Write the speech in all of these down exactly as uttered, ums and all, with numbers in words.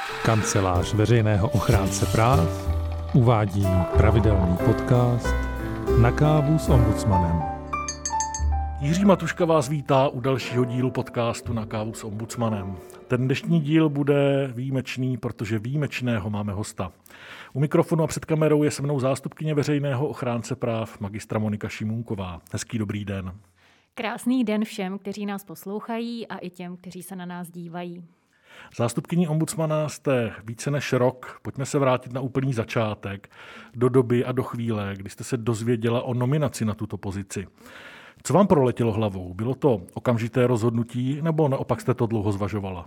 Kancelář veřejného ochránce práv uvádí pravidelný podcast Na kávu s ombudsmanem. Jiří Matuška vás vítá u dalšího dílu podcastu Na kávu s ombudsmanem. Ten dnešní díl bude výjimečný, protože výjimečného máme hosta. U mikrofonu a před kamerou je se mnou zástupkyně veřejného ochránce práv magistra Monika Šimůnková. Hezký dobrý den. Krásný den všem, kteří nás poslouchají a i těm, kteří se na nás dívají. Zástupkyní ombudsmana jste více než rok. Pojďme se vrátit na úplný začátek, do doby a do chvíle, kdy jste se dozvěděla o nominaci na tuto pozici. Co vám proletělo hlavou? Bylo to okamžité rozhodnutí, nebo naopak jste to dlouho zvažovala?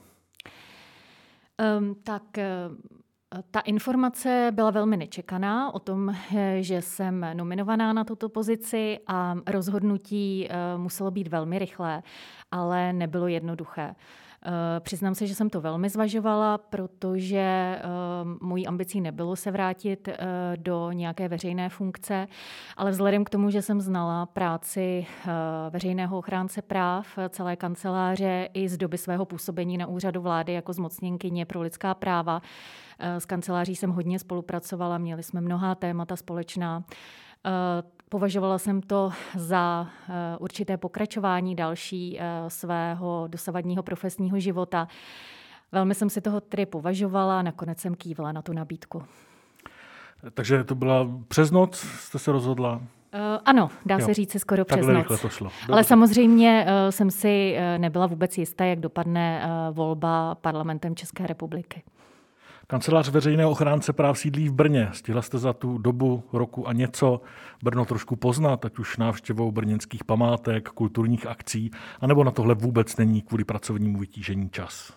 Um, tak ta informace byla velmi nečekaná o tom, že jsem nominovaná na tuto pozici a rozhodnutí muselo být velmi rychlé, ale nebylo jednoduché. Přiznám se, že jsem to velmi zvažovala, protože mojí ambicí nebylo se vrátit do nějaké veřejné funkce, ale vzhledem k tomu, že jsem znala práci veřejného ochránce práv celé kanceláře i z doby svého působení na úřadu vlády jako zmocněnkyně pro lidská práva, s kanceláří jsem hodně spolupracovala, měli jsme mnohá témata společná. Považovala jsem to za určité pokračování další svého dosavadního profesního života. Velmi jsem si toho tedy považovala a nakonec jsem kývla na tu nabídku. Takže to byla přes noc, jste se rozhodla? Uh, ano, dá jo. se říct skoro přes Takhle noc. Rychle to šlo. Dobře. Ale samozřejmě uh, jsem si uh, nebyla vůbec jistá, jak dopadne uh, volba parlamentem České republiky. Kancelář veřejného ochránce práv sídlí v Brně. Stihla jste za tu dobu roku a něco Brno trošku poznat, ať už návštěvou brněnských památek, kulturních akcí, anebo na tohle vůbec není kvůli pracovnímu vytížení čas?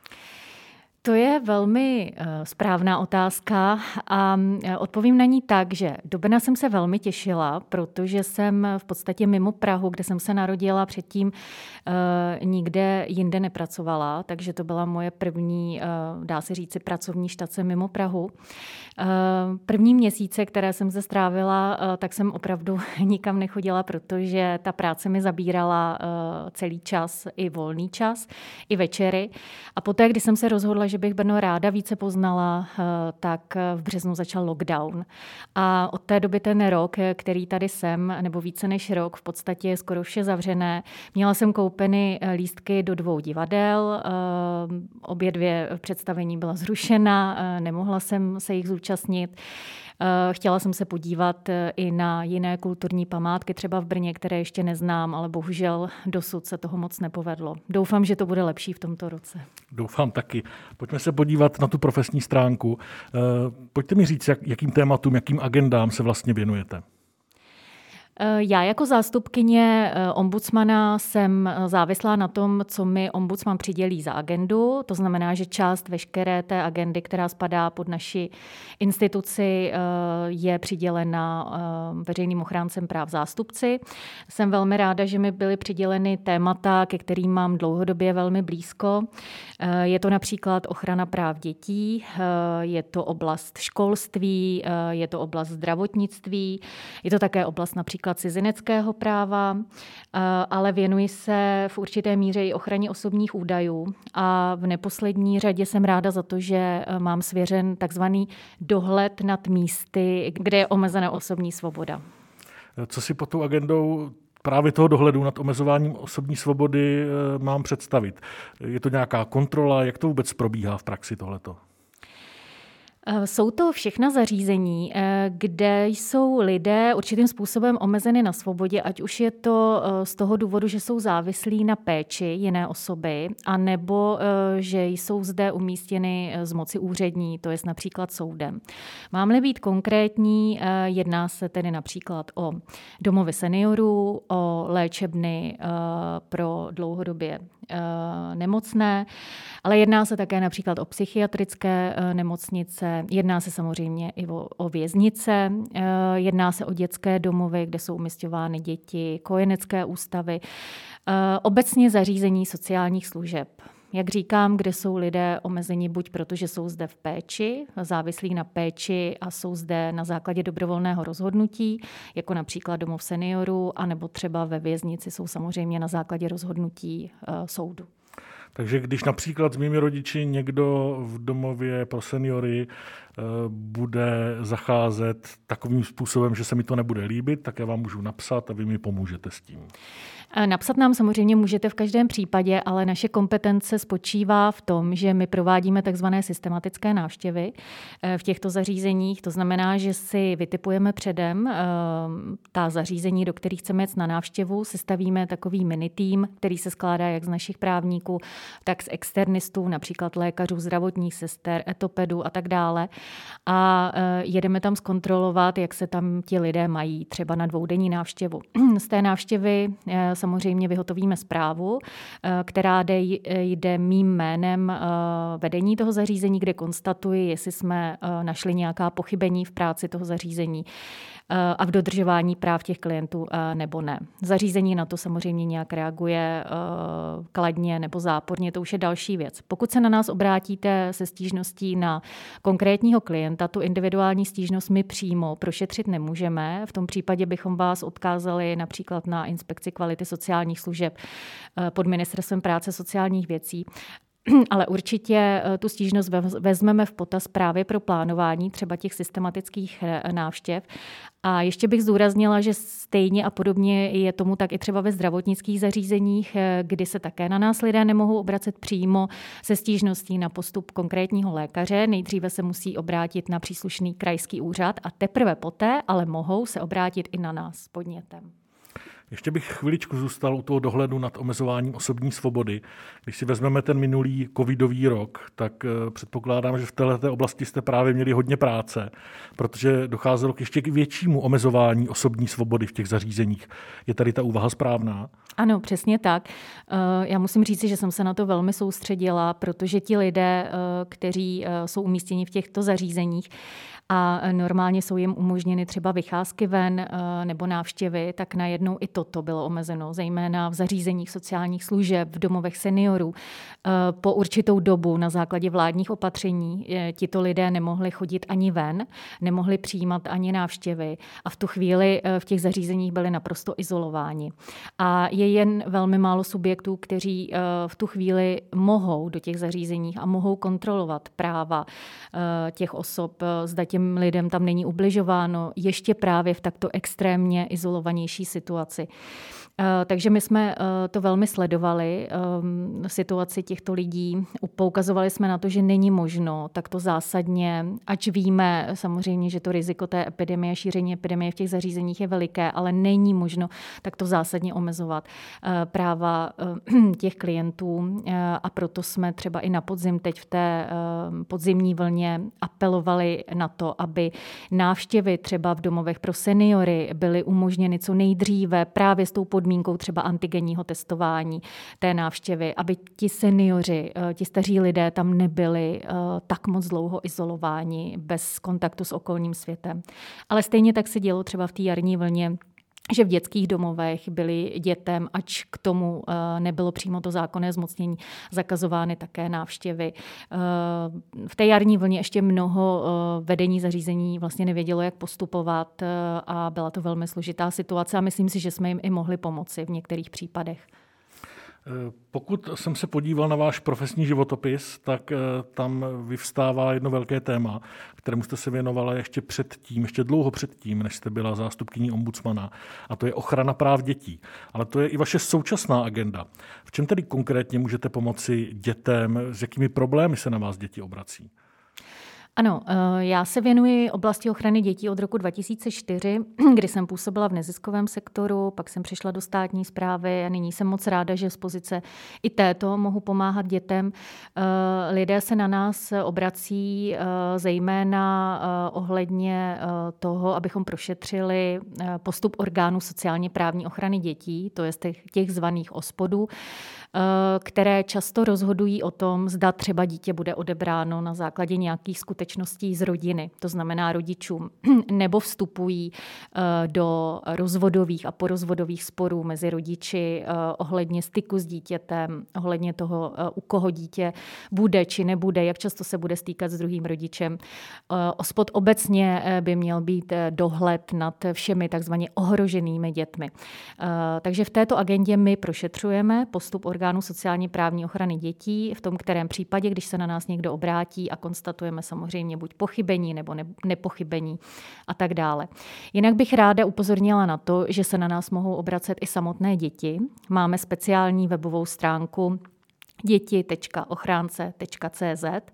To je velmi uh, správná otázka a uh, odpovím na ní tak, že do Brna jsem se velmi těšila, protože jsem v podstatě mimo Prahu, kde jsem se narodila, předtím uh, nikde jinde nepracovala, takže to byla moje první, uh, dá se říci, pracovní štace mimo Prahu. Uh, první měsíce, které jsem se strávila, uh, tak jsem opravdu nikam nechodila, protože ta práce mi zabírala uh, celý čas, i volný čas, i večery. A poté, když jsem se rozhodla, že bych Brno ráda více poznala, tak v březnu začal lockdown. A od té doby ten rok, který tady jsem, nebo více než rok, v podstatě je skoro vše zavřené. Měla jsem koupeny lístky do dvou divadel, obě dvě představení byla zrušena, nemohla jsem se jich zúčastnit. Chtěla jsem se podívat i na jiné kulturní památky, třeba v Brně, které ještě neznám, ale bohužel dosud se toho moc nepovedlo. Doufám, že to bude lepší v tomto roce. Doufám taky. Pojďme se podívat na tu profesní stránku. Pojďte mi říct, jak, jakým tématům, jakým agendám se vlastně věnujete. Já jako zástupkyně ombudsmana jsem závislá na tom, co mi ombudsman přidělí za agendu. To znamená, že část veškeré té agendy, která spadá pod naši instituci, je přidělena veřejným ochráncem práv zástupci. Jsem velmi ráda, že mi byly přiděleny témata, ke kterým mám dlouhodobě velmi blízko. Je to například ochrana práv dětí, je to oblast školství, je to oblast zdravotnictví, je to také oblast například cizineckého práva, ale věnuji se v určité míře i ochraně osobních údajů a v neposlední řadě jsem ráda za to, že mám svěřen takzvaný dohled nad místy, kde je omezena osobní svoboda. Co si pod tou agendou právě toho dohledu nad omezováním osobní svobody mám představit? Je to nějaká kontrola? Jak to vůbec probíhá v praxi tohleto? Jsou to všechna zařízení, kde jsou lidé určitým způsobem omezeny na svobodě, ať už je to z toho důvodu, že jsou závislí na péči jiné osoby, anebo že jsou zde umístěny z moci úřední, to je například soudem. Mám-li být konkrétní, jedná se tedy například o domovy seniorů, o léčebny pro dlouhodobě nemocné, ale jedná se také například o psychiatrické nemocnice, jedná se samozřejmě i o, o věznice, jedná se o dětské domovy, kde jsou umisťovány děti, kojenecké ústavy, obecně zařízení sociálních služeb. Jak říkám, kde jsou lidé omezeni buď proto, že jsou zde v péči, závislí na péči a jsou zde na základě dobrovolného rozhodnutí, jako například domov seniorů, anebo třeba ve věznici jsou samozřejmě na základě rozhodnutí uh, soudu. Takže když například s mými rodiči někdo v domově pro seniory bude zacházet takovým způsobem, že se mi to nebude líbit, tak já vám můžu napsat a vy mi pomůžete s tím. Napsat nám samozřejmě můžete v každém případě, ale naše kompetence spočívá v tom, že my provádíme takzvané systematické návštěvy v těchto zařízeních. To znamená, že si vytipujeme předem ta zařízení, do kterých chceme jet na návštěvu, sestavíme takový minitým, který se skládá jak z našich právníků, tak z externistů, například lékařů, zdravotních sester, etopedů a tak dále. A jedeme tam zkontrolovat, jak se tam ti lidé mají, třeba na dvoudenní návštěvu. Z té návštěvy samozřejmě vyhotovíme zprávu, která jde, jde mým jménem vedení toho zařízení, kde konstatuji, jestli jsme našli nějaká pochybení v práci toho zařízení a v dodržování práv těch klientů nebo ne. Zařízení na to samozřejmě nějak reaguje kladně nebo záporně, to už je další věc. Pokud se na nás obrátíte se stížností na konkrétního klienta, tu individuální stížnost my přímo prošetřit nemůžeme. V tom případě bychom vás odkázali například na inspekci kvality sociálních služeb pod Ministerstvem práce sociálních věcí. Ale určitě tu stížnost vezmeme v potaz právě pro plánování třeba těch systematických návštěv. A ještě bych zdůraznila, že stejně a podobně je tomu tak i třeba ve zdravotnických zařízeních, kdy se také na nás lidé nemohou obracet přímo se stížností na postup konkrétního lékaře. Nejdříve se musí obrátit na příslušný krajský úřad a teprve poté ale mohou se obrátit i na nás s podnětem. Ještě bych chviličku zůstal u toho dohledu nad omezováním osobní svobody. Když si vezmeme ten minulý covidový rok, tak předpokládám, že v této oblasti jste právě měli hodně práce, protože docházelo k ještě k většímu omezování osobní svobody v těch zařízeních. Je tady ta úvaha správná? Ano, přesně tak. Já musím říct, že jsem se na to velmi soustředila, protože ti lidé, kteří jsou umístěni v těchto zařízeních a normálně jsou jim umožněny třeba vycházky ven nebo návštěvy, tak najednou i toto bylo omezeno, zejména v zařízeních sociálních služeb, v domovech seniorů. Po určitou dobu na základě vládních opatření tito lidé nemohli chodit ani ven, nemohli přijímat ani návštěvy a v tu chvíli v těch zařízeních byli naprosto izolováni. A je jen velmi málo subjektů, kteří v tu chvíli mohou do těch zařízeních a mohou kontrolovat práva těch osob, zda těm lidem tam není ubližováno, ještě právě v takto extrémně izolovanější situaci. Takže my jsme to velmi sledovali, situaci těchto lidí. Poukazovali jsme na to, že není možno takto zásadně, ač víme samozřejmě, že to riziko té epidemie, šíření epidemie v těch zařízeních je veliké, ale není možno takto zásadně omezovat práva těch klientů a proto jsme třeba i na podzim teď v té podzimní vlně apelovali na to, aby návštěvy třeba v domovech pro seniory byly umožněny co nejdříve právě s tou podmínkou třeba antigenního testování té návštěvy, aby ti seniori, ti staří lidé tam nebyli tak moc dlouho izolováni bez kontaktu s okolním světem. Ale stejně tak se dělo třeba v té jarní vlně, že v dětských domovech byly dětem, ač k tomu nebylo přímo to zákonné zmocnění, zakazovány také návštěvy. V té jarní vlně ještě mnoho vedení zařízení vlastně nevědělo, jak postupovat a byla to velmi složitá situace a myslím si, že jsme jim i mohli pomoci v některých případech. Pokud jsem se podíval na váš profesní životopis, tak tam vyvstává jedno velké téma, kterému jste se věnovala ještě předtím, ještě dlouho předtím, než jste byla zástupkyní ombudsmana, a to je ochrana práv dětí. Ale to je i vaše současná agenda. V čem tedy konkrétně můžete pomoci dětem, s jakými problémy se na vás děti obrací? Ano, já se věnuji oblasti ochrany dětí od roku dva tisíce čtyři, kdy jsem působila v neziskovém sektoru, pak jsem přišla do státní správy a nyní jsem moc ráda, že z pozice i této mohu pomáhat dětem. Lidé se na nás obrací zejména ohledně toho, abychom prošetřili postup orgánů sociálně právní ochrany dětí, to je těch, těch zvaných ospodů, které často rozhodují o tom, zda třeba dítě bude odebráno na základě nějakých skutečností z rodiny, to znamená rodičům, nebo vstupují do rozvodových a porozvodových sporů mezi rodiči ohledně styku s dítětem, ohledně toho, u koho dítě bude či nebude, jak často se bude stýkat s druhým rodičem. Ospod obecně by měl být dohled nad všemi takzvaně ohroženými dětmi. Takže v této agendě my prošetřujeme postup orgánů orgánu sociálně právní ochrany dětí, v tom kterém případě, když se na nás někdo obrátí a konstatujeme samozřejmě buď pochybení nebo ne, nepochybení a tak dále. Jinak bych ráda upozornila na to, že se na nás mohou obracet i samotné děti. Máme speciální webovou stránku děti tečka ochránce tečka cé zet,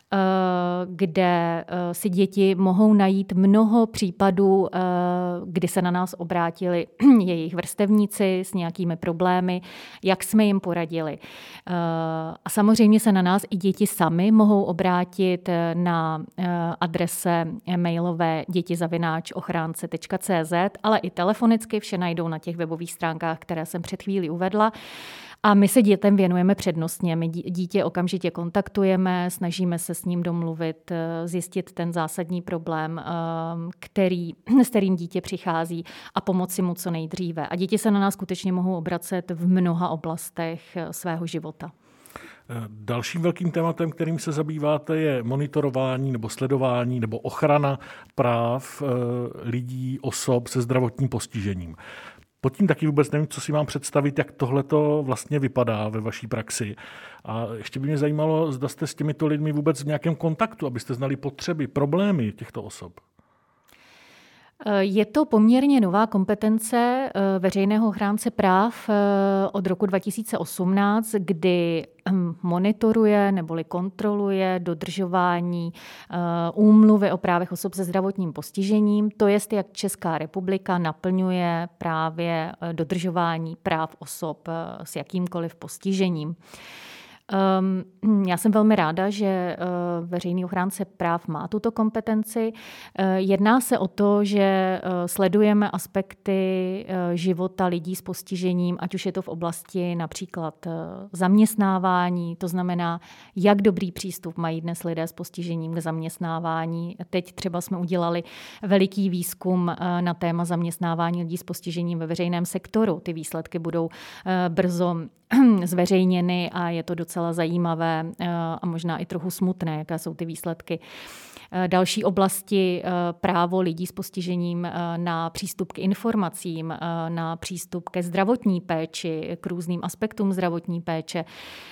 kde si děti mohou najít mnoho případů, kdy se na nás obrátili jejich vrstevníci s nějakými problémy, jak jsme jim poradili. A samozřejmě se na nás i děti sami mohou obrátit na adrese mailové děti zavináč ochránce tečka cé zet, ale i telefonicky, vše najdou na těch webových stránkách, které jsem před chvílí uvedla. A my se dětem věnujeme přednostně. My dítě okamžitě kontaktujeme, snažíme se s ním domluvit, zjistit ten zásadní problém, který, s kterým dítě přichází a pomoci mu co nejdříve. A děti se na nás skutečně mohou obracet v mnoha oblastech svého života. Dalším velkým tématem, kterým se zabýváte, je monitorování nebo sledování nebo ochrana práv lidí, osob se zdravotním postižením. Pod tím taky vůbec nevím, co si mám představit, jak tohle to vlastně vypadá ve vaší praxi. A ještě by mě zajímalo, zda jste s těmito lidmi vůbec v nějakém kontaktu, abyste znali potřeby, problémy těchto osob. Je to poměrně nová kompetence veřejného ochránce práv od roku dva tisíce osmnáct, kdy monitoruje neboli kontroluje dodržování úmluvy o právech osob se zdravotním postižením, to jest, jak Česká republika naplňuje právě dodržování práv osob s jakýmkoliv postižením. Já jsem velmi ráda, že veřejný ochránce práv má tuto kompetenci. Jedná se o to, že sledujeme aspekty života lidí s postižením, ať už je to v oblasti například zaměstnávání, to znamená, jak dobrý přístup mají dnes lidé s postižením k zaměstnávání. Teď třeba jsme udělali veliký výzkum na téma zaměstnávání lidí s postižením ve veřejném sektoru. Ty výsledky budou brzo zveřejněny a je to docela zajímavé a možná i trochu smutné, jaké jsou ty výsledky. Další oblasti právo lidí s postižením na přístup k informacím, na přístup ke zdravotní péči, k různým aspektům zdravotní péče.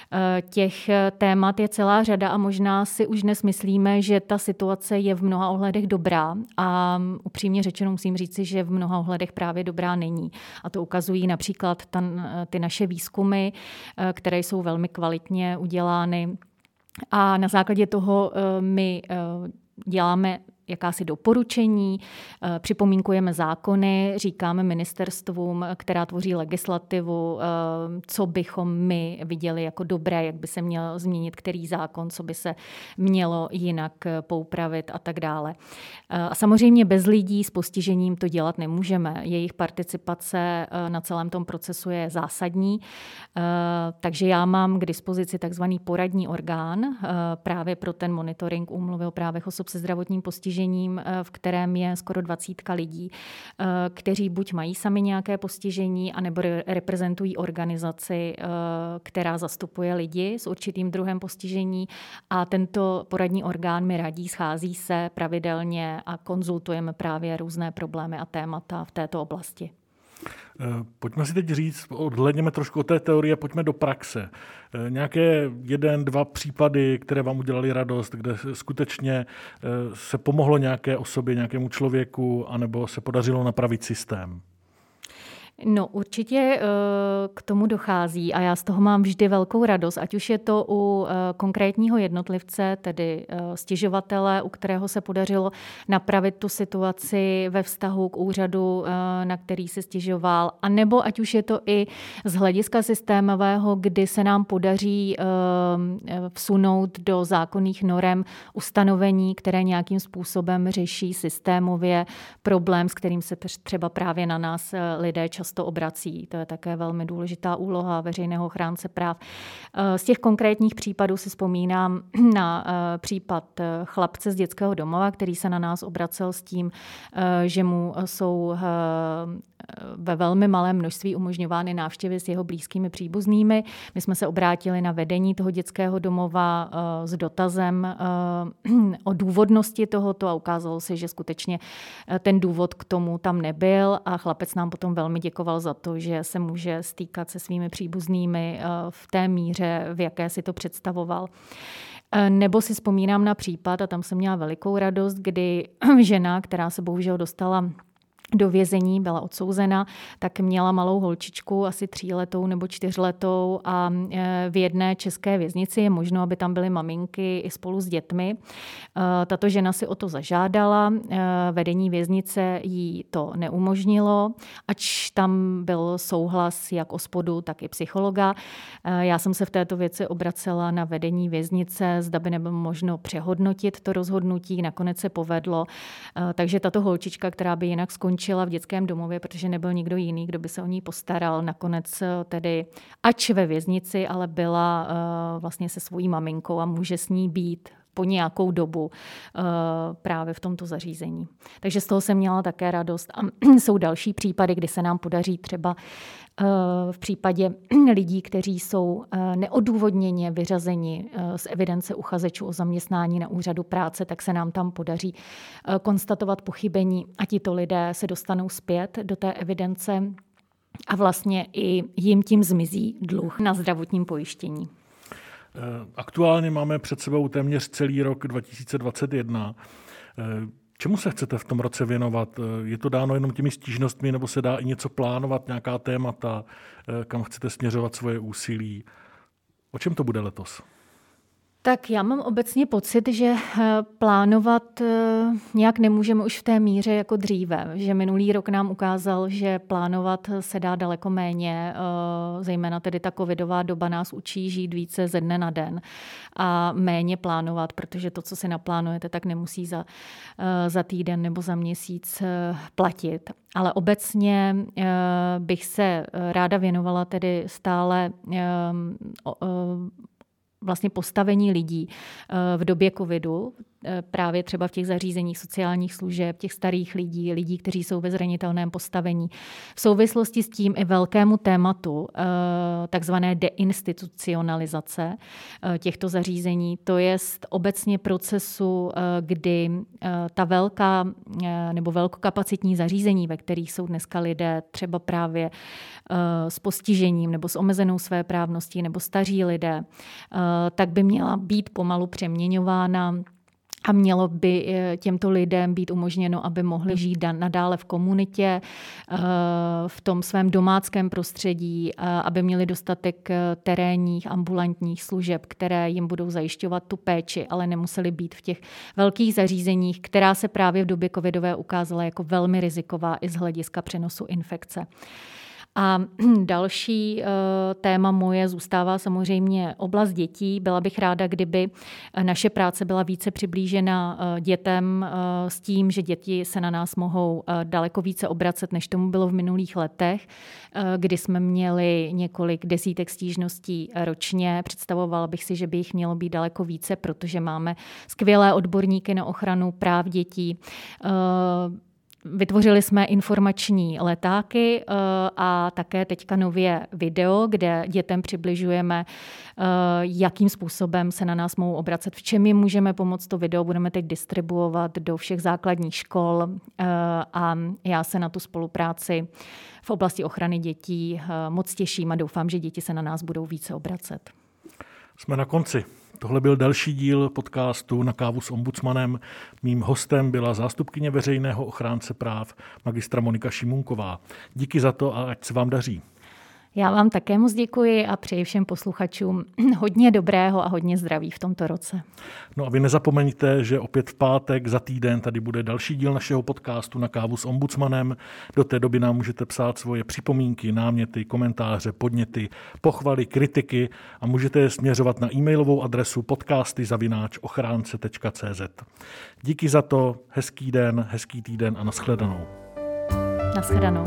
Těch témat je celá řada a možná si už dnes myslíme, že ta situace je v mnoha ohledech dobrá a upřímně řečeno musím říci, že v mnoha ohledech právě dobrá není. A to ukazují například ten, ty naše výzkumy, které jsou velmi kvalitně udělány. A na základě toho my děláme jakási doporučení, připomínkujeme zákony, říkáme ministerstvům, která tvoří legislativu, co bychom my viděli jako dobré, jak by se měl změnit který zákon, co by se mělo jinak poupravit a tak dále. A samozřejmě bez lidí s postižením to dělat nemůžeme. Jejich participace na celém tom procesu je zásadní, takže já mám k dispozici takzvaný poradní orgán právě pro ten monitoring úmluvy o právech osob se zdravotním postižením, v kterém je skoro dvacítka lidí, kteří buď mají sami nějaké postižení, anebo reprezentují organizaci, která zastupuje lidi s určitým druhem postižení. A tento poradní orgán mi radí, schází se pravidelně a konzultujeme právě různé problémy a témata v této oblasti. Pojďme si teď říct, odhlédněme trošku od té teorie, pojďme do praxe. Nějaké jeden, dva případy, které vám udělali radost, kde skutečně se pomohlo nějaké osobě, nějakému člověku, anebo se podařilo napravit systém? No určitě k tomu dochází a já z toho mám vždy velkou radost, ať už je to u konkrétního jednotlivce, tedy stěžovatele, u kterého se podařilo napravit tu situaci ve vztahu k úřadu, na který se stěžoval, anebo ať už je to i z hlediska systémového, kdy se nám podaří vsunout do zákonných norem ustanovení, které nějakým způsobem řeší systémově problém, s kterým se třeba právě na nás lidé často to obrací. To je také velmi důležitá úloha veřejného ochránce práv. Z těch konkrétních případů si vzpomínám na případ chlapce z dětského domova, který se na nás obracel s tím, že mu jsou ve velmi malém množství umožňovány návštěvy s jeho blízkými příbuznými. My jsme se obrátili na vedení toho dětského domova s dotazem o důvodnosti tohoto a ukázalo se, že skutečně ten důvod k tomu tam nebyl a chlapec nám potom velmi děkoval za to, že se může stýkat se svými příbuznými v té míře, v jaké si to představoval. Nebo si vzpomínám na případ, a tam jsem měla velikou radost, kdy žena, která se bohužel dostala do vězení, byla odsouzena, tak měla malou holčičku, asi tříletou nebo čtyřletou a v jedné české věznici je možno, aby tam byly maminky i spolu s dětmi. Tato žena si o to zažádala, vedení věznice jí to neumožnilo, ač tam byl souhlas jak OSPODu, tak i psychologa. Já jsem se v této věci obracela na vedení věznice, zda by nebylo možno přehodnotit to rozhodnutí, nakonec se povedlo. Takže tato holčička, která by jinak skončila v dětském domově, protože nebyl nikdo jiný, kdo by se o ní postaral. Nakonec tedy, ač ve věznici, ale byla uh, vlastně se svojí maminkou a může s ní být po nějakou dobu uh, právě v tomto zařízení. Takže z toho jsem měla také radost. A jsou další případy, kdy se nám podaří třeba v případě lidí, kteří jsou neodůvodněně vyřazeni z evidence uchazečů o zaměstnání na úřadu práce, tak se nám tam podaří konstatovat pochybení a tito lidé se dostanou zpět do té evidence a vlastně i jim tím zmizí dluh na zdravotním pojištění. Aktuálně máme před sebou téměř celý rok dva tisíce dvacet jedna. Čemu se chcete v tom roce věnovat? Je to dáno jenom těmi stížnostmi, nebo se dá i něco plánovat, nějaká témata, kam chcete směřovat svoje úsilí? O čem to bude letos? Tak já mám obecně pocit, že plánovat nějak nemůžeme už v té míře jako dříve. Že minulý rok nám ukázal, že plánovat se dá daleko méně, zejména tedy ta covidová doba nás učí žít více ze dne na den a méně plánovat, protože to, co si naplánujete, tak nemusí za, za týden nebo za měsíc platit. Ale obecně bych se ráda věnovala tedy stále vlastně postavení lidí v době covidu, právě třeba v těch zařízeních sociálních služeb, těch starých lidí, lidí, kteří jsou ve zranitelném postavení. V souvislosti s tím i velkému tématu takzvané deinstitucionalizace těchto zařízení, to je obecně procesu, kdy ta velká nebo velkokapacitní zařízení, ve kterých jsou dneska lidé třeba právě s postižením nebo s omezenou svéprávností nebo staří lidé, tak by měla být pomalu přeměňována a mělo by těmto lidem být umožněno, aby mohli žít nadále v komunitě, v tom svém domáckém prostředí, aby měli dostatek terénních, ambulantních služeb, které jim budou zajišťovat tu péči, ale nemuseli být v těch velkých zařízeních, která se právě v době covidové ukázala jako velmi riziková i z hlediska přenosu infekce. A další téma moje zůstává samozřejmě oblast dětí. Byla bych ráda, kdyby naše práce byla více přiblížena dětem s tím, že děti se na nás mohou daleko více obracet, než tomu bylo v minulých letech, kdy jsme měli několik desítek stížností ročně. Představovala bych si, že by jich mělo být daleko více, protože máme skvělé odborníky na ochranu práv dětí. Vytvořili jsme informační letáky a také teďka nově video, kde dětem přibližujeme, jakým způsobem se na nás mohou obracet, v čem jim můžeme pomoct. To video budeme teď distribuovat do všech základních škol a já se na tu spolupráci v oblasti ochrany dětí moc těším a doufám, že děti se na nás budou více obracet. Jsme na konci. Tohle byl další díl podcastu Na kávu s ombudsmanem. Mým hostem byla zástupkyně veřejného ochránce práv magistra Monika Šimunková. Díky za to a ať se vám daří. Já vám také moc děkuji a přeji všem posluchačům hodně dobrého a hodně zdraví v tomto roce. No a vy nezapomeňte, že opět v pátek za týden tady bude další díl našeho podcastu Na kávu s ombudsmanem. Do té doby nám můžete psát svoje připomínky, náměty, komentáře, podněty, pochvaly, kritiky a můžete je směřovat na e-mailovou adresu podcasty zavináč ochránce tečka cé zet. Díky za to, hezký den, hezký týden a nashledanou. Nashledanou.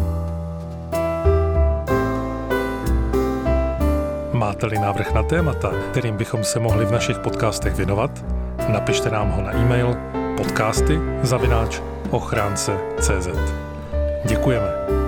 Máte-li návrh na témata, kterým bychom se mohli v našich podcastech věnovat, napište nám ho na e-mail podcasty zavináč ochránce tečka cé zet. Děkujeme.